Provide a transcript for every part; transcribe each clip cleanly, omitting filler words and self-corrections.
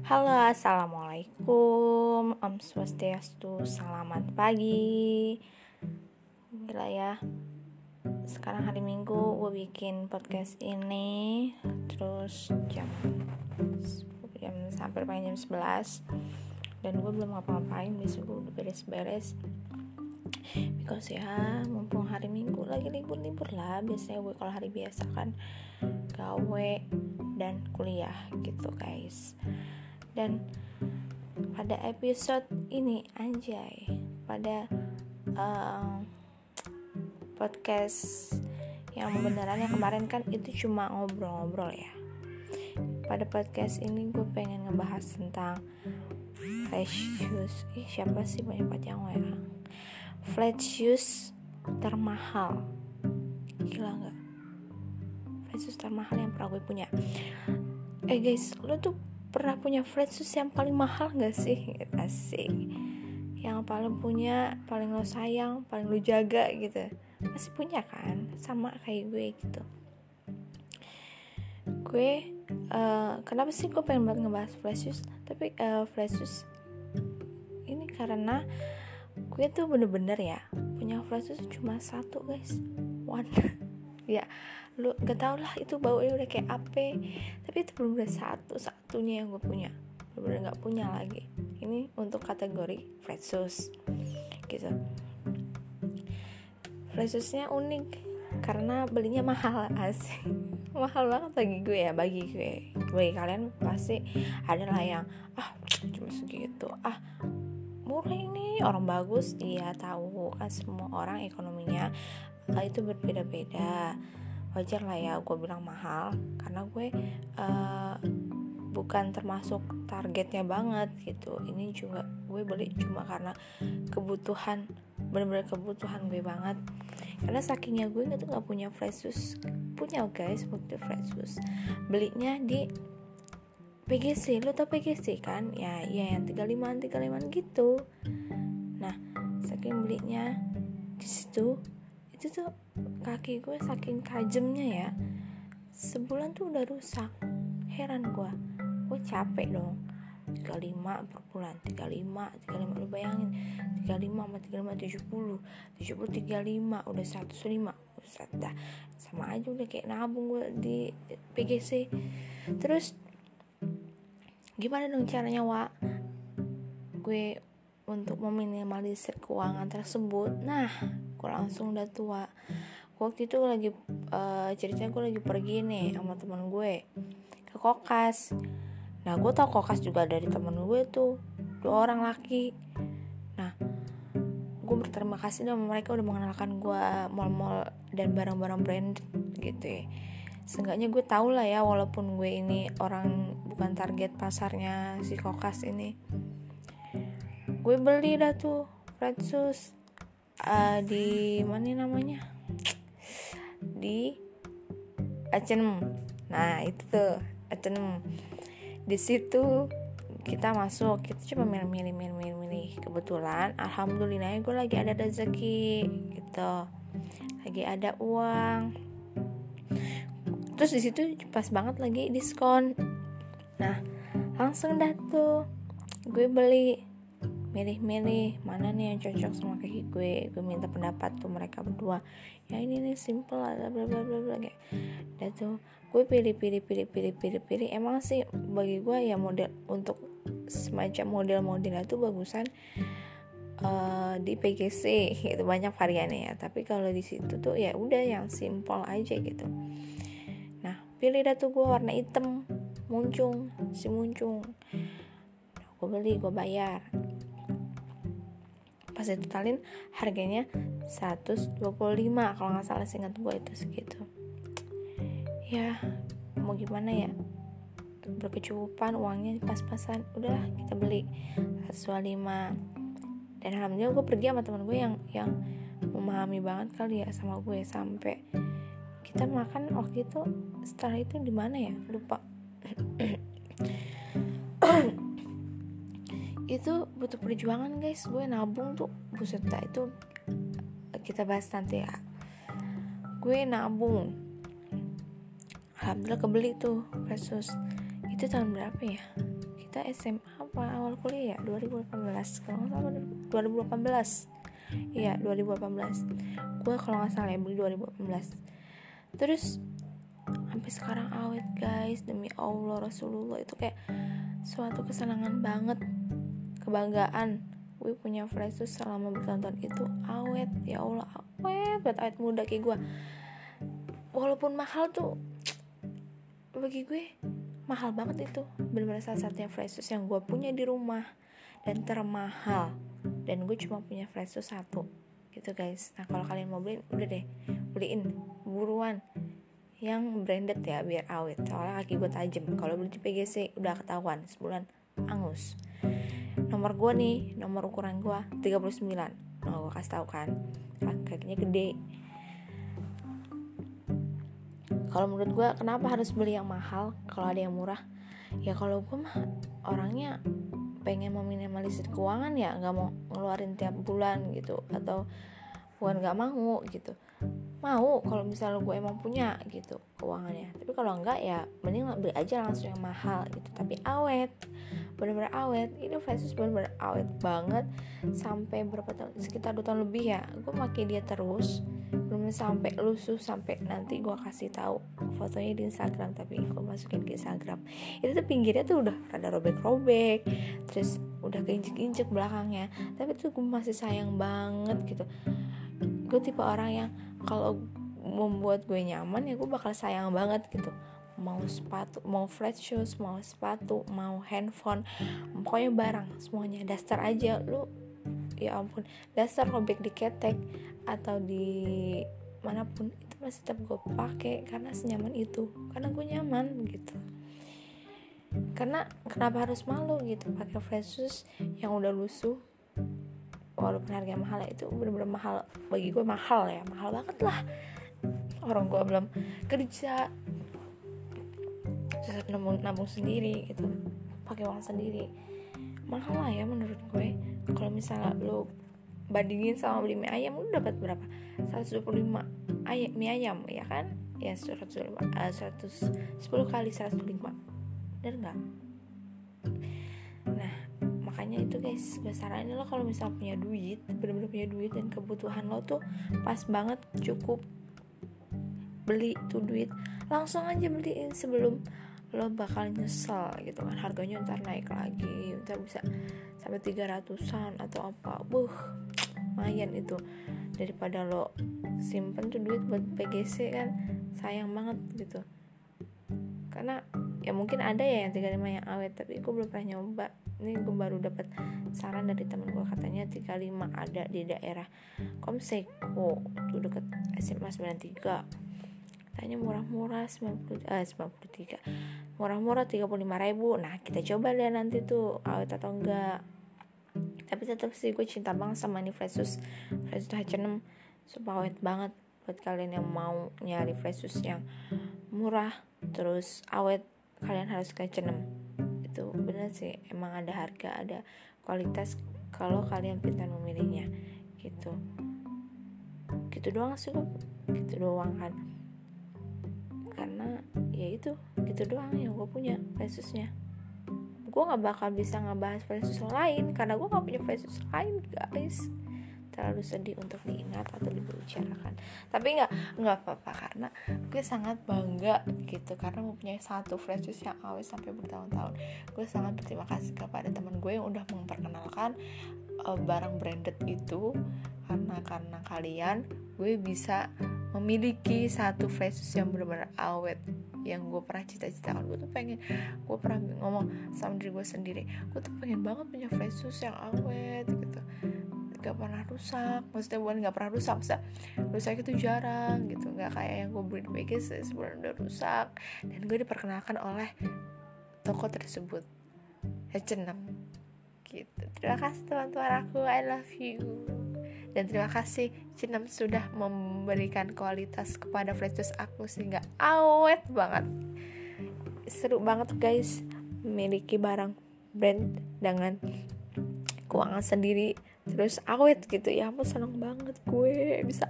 Halo, assalamualaikum, Om Swastiastu, selamat pagi. Gila ya, sekarang hari Minggu gue bikin podcast ini. Terus jam sampai jam 11. Dan gue belum ngapa-ngapain, besok gue udah beres-beres. Because ya, mumpung hari Minggu lagi libur-libur lah. Biasanya gue kalau hari biasa kan gawe dan kuliah gitu guys. Dan pada episode ini pada podcast yang benerannya kemarin kan itu cuma ngobrol-ngobrol ya. Pada podcast ini gue pengen ngebahas tentang flat shoes. Siapa sih banyak banget yang WA? Flat shoes termahal. Gila gak? Flat shoes termahal yang pernah gue punya. Guys, lo tuh pernah punya flat shoes yang paling mahal gak sih? Asik. Yang paling punya, paling lo sayang, paling lo jaga gitu. Masih punya kan? Sama kayak gue gitu. Gue kenapa sih gue pengen banget ngebahas flat shoes? Tapi flat shoes ini karena gue tuh bener-bener ya punya flat shoes cuma satu guys. One. Ya lu gak tau lah itu baunya udah kayak apa, tapi itu belum udah satu-satunya yang gue punya, bener-bener gak punya lagi. Ini untuk kategori flat shoes gitu. Flat shoesnya unik karena belinya mahal, asik. Mahal banget bagi gue, kalian pasti ada lah yang cuma segitu, murah ini, orang bagus. Iya tahu kan, semua orang ekonominya itu berbeda-beda. Wajar lah ya gue bilang mahal karena gue bukan termasuk targetnya banget gitu. Ini juga gue beli cuma karena kebutuhan, benar-benar kebutuhan gue banget. Karena sakingnya gue tuh nggak punya flat shoes, punya guys waktu flat shoes belinya di PGC. Lo tau PGC kan? Ya yang 35 gitu. Nah saking belinya di situ, itu tuh kaki gue saking tajamnya ya, sebulan tuh udah rusak. Heran gue capek dong. 35 per bulan, 35 lu bayangin, 35 sama 35 70 35 udah 105. Dah sama aja udah kayak nabung gue di PGC. Terus gimana dong caranya gue untuk meminimalisir keuangan tersebut? Nah, gue langsung udah tua. Waktu itu lagi ceritanya gue lagi pergi nih sama teman gue ke Kokas. Nah, gue tau Kokas juga dari temen gue tuh, 2 orang laki. Nah, gue berterima kasih sama mereka udah mengenalkan gue mall-mall dan barang-barang brand gitu ya. Seenggaknya gue tau lah ya, walaupun gue ini orang bukan target pasarnya si Kokas ini. Gue beli dah tuh flat shoes di mana namanya, di H&M. Nah itu tuh H&M. Di situ kita masuk, kita cuma milih. Kebetulan alhamdulillah gue lagi ada rezeki gitu, lagi ada uang. Terus di situ pas banget lagi diskon. Nah langsung dah tuh gue beli, milih mana nih yang cocok sama kaki gue. Gue minta pendapat tuh mereka berdua, ya ini nih simple ada bla bla bla kayak. Dan tuh gue pilih. Emang sih bagi gue ya model untuk semacam model-modelnya tuh bagusan di PGC gitu, banyak variannya ya. Tapi kalau di situ tuh ya udah yang simple aja gitu. Nah pilih dah tuh gue warna hitam muncung. Gue beli, gue bayar. Pas ditotalin harganya 125 kalau nggak salah, seingat gue itu segitu. Ya mau gimana ya, berkecukupan uangnya pas-pasan, udahlah kita beli 125. Dan alhamdulillah gue pergi sama teman gue yang memahami banget kali ya sama gue, sampai kita makan waktu itu. Setelah itu di mana ya, lupa. Itu butuh perjuangan guys, gue nabung tuh buset dah, itu kita bahas nanti ya. Gue nabung, alhamdulillah kebeli tuh flat shoes. Itu tahun berapa ya, kita SMA apa awal kuliah ya, 2018 kalau nggak salah, 2018 iya 2018 gue kalau nggak salah ya beli 2018. Terus sampai sekarang awet guys, demi Allah Rasulullah, itu kayak suatu kesenangan banget, kebanggaan. Gue punya Freshness selama bertahun-tahun itu awet, ya Allah awet muda kayak gue. Walaupun mahal tuh, bagi gue mahal banget itu, benar-benar salah satunya Freshness yang gue punya di rumah dan termahal. Dan gue cuma punya Freshness 1 gitu guys. Nah kalau kalian mau beliin, udah deh beliin buruan yang branded ya biar awet. Soalnya kaki gue tajem, kalau beli di PGC udah ketahuan sebulan angus. Nomor gue nih, nomor ukuran gue 39. Nah gue kasih tahu kan, kakinya gede. Kalau menurut gue kenapa harus beli yang mahal kalau ada yang murah? Ya kalau gue mah orangnya pengen meminimalisir keuangan ya, nggak mau ngeluarin tiap bulan gitu, atau bukan nggak mau gitu, mau kalau misalnya gue emang punya gitu keuangannya. Tapi kalau enggak ya mending beli aja langsung yang mahal gitu, tapi awet, bener-bener awet. Ini Freshness bener-bener awet banget sampai berapa tahun, sekitar 2 tahun lebih ya gue pakai dia terus, belum sampai lusuh. Sampai nanti gue kasih tahu fotonya di Instagram, tapi gue masukin ke Instagram. Itu tuh pinggirnya tuh udah rada robek-robek, terus udah keinjek-injek belakangnya, tapi tuh gue masih sayang banget gitu. Gue tipe orang yang kalau membuat gue nyaman ya gue bakal sayang banget gitu. Mau sepatu, mau flat shoes, mau sepatu, mau handphone, pokoknya barang semuanya, daster aja lu, ya ampun, daster robek di ketek atau di manapun itu masih tetap gue pakai karena senyaman itu, karena gue nyaman gitu. Karena kenapa harus malu gitu pakai Freshness yang udah lusuh, walaupun harganya mahal ya, itu bener-bener mahal bagi gue, mahal ya, mahal banget lah. Orang gue belum kerja, terus nabung sendiri gitu, pakai uang sendiri, mahal lah ya menurut gue. Kalau misalnya lo bandingin sama beli mie ayam, lo dapat berapa? 125 mie ayam ya kan, ya 110 kali 105, bener nggak? Nah makanya itu guys, gue saranin lo kalau misalnya punya duit, bener-bener punya duit dan kebutuhan lo tuh pas banget, cukup beli tuh duit, langsung aja beliin sebelum lo bakal nyesel gitu kan, harganya ntar naik lagi, ntar bisa sampai 300-an atau apa. Lumayan itu, daripada lo simpen tuh duit buat PGC kan sayang banget gitu. Karena ya mungkin ada ya yang 35 yang awet, tapi gue belum pernah nyoba. Ini gue baru dapat saran dari temen gue, katanya 35 ada di daerah Komseko tuh deket SMA 93. Katanya murah-murah 93, murah-murah 35.000. Nah kita coba deh nanti tuh awet atau enggak. Tapi tetap sih gue cinta banget sama ini Freshness H6, super awet banget. Buat kalian yang mau nyari Freshness yang murah terus awet, kalian harus ke H6. Itu bener sih, emang ada harga, ada kualitas kalau kalian pintar memilihnya gitu. Gitu doang sih gue, gitu doang kan. Karena ya itu, gitu doang yang gue punya Freshnessnya. Gue gak bakal bisa ngebahas Freshness lain karena gue gak punya Freshness lain guys. Terlalu sedih untuk diingat atau dibicarakan. Tapi gak apa-apa, karena gue sangat bangga gitu, karena mempunyai satu Freshness yang awet sampai bertahun-tahun. Gue sangat berterima kasih kepada teman gue yang udah memperkenalkan barang branded itu. Karena kalian, gue bisa memiliki satu Freshness yang benar-benar awet, yang gue pernah cita-citakan. Gue pernah ngomong sama diri gue sendiri, gue tuh pengen banget punya Freshness yang awet gitu, gak pernah rusak. Maksudnya bukan gak pernah rusak, maksudnya rusak itu jarang gitu, gak kayak yang gue beli di PGC sebulan udah rusak. Dan gue diperkenalkan oleh toko tersebut, H6 gitu. Terima kasih teman-teman aku, I love you. Dan terima kasih H6 sudah memberikan kualitas kepada Freshness aku sehingga awet banget. Seru banget guys memiliki barang brand dengan keuangan sendiri terus awet gitu. Ya ampun, seneng banget gue bisa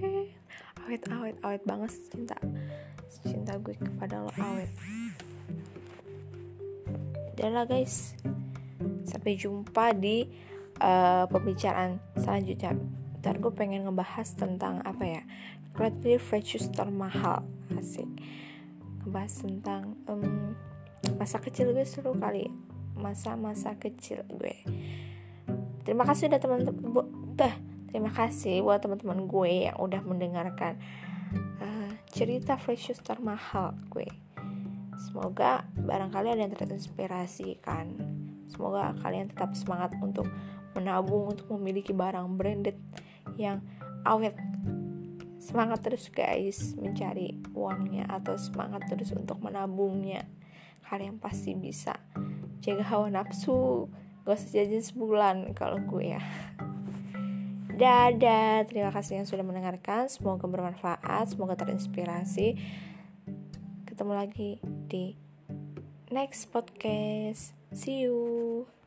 awet banget. Cinta gue kepada lo awet. Udahlah guys, sampai jumpa di pembicaraan selanjutnya. Ntar gue pengen ngebahas tentang apa ya, Bradley Fresh termahal, asik. Ngebahas tentang masa kecil gue, seru kali, masa-masa kecil gue. Terima kasih udah terima kasih buat teman-teman gue yang udah mendengarkan cerita Fresh termahal gue. Semoga barangkali ada yang terinspirasi kan. Semoga kalian tetap semangat untuk menabung, untuk memiliki barang branded yang awet. Semangat terus guys mencari uangnya, atau semangat terus untuk menabungnya. Kalian pasti bisa. Jaga hawa nafsu, gak usah jajan sebulan kalau gue ya. Dadah, terima kasih yang sudah mendengarkan. Semoga bermanfaat, semoga terinspirasi. Ketemu lagi di next podcast. See you.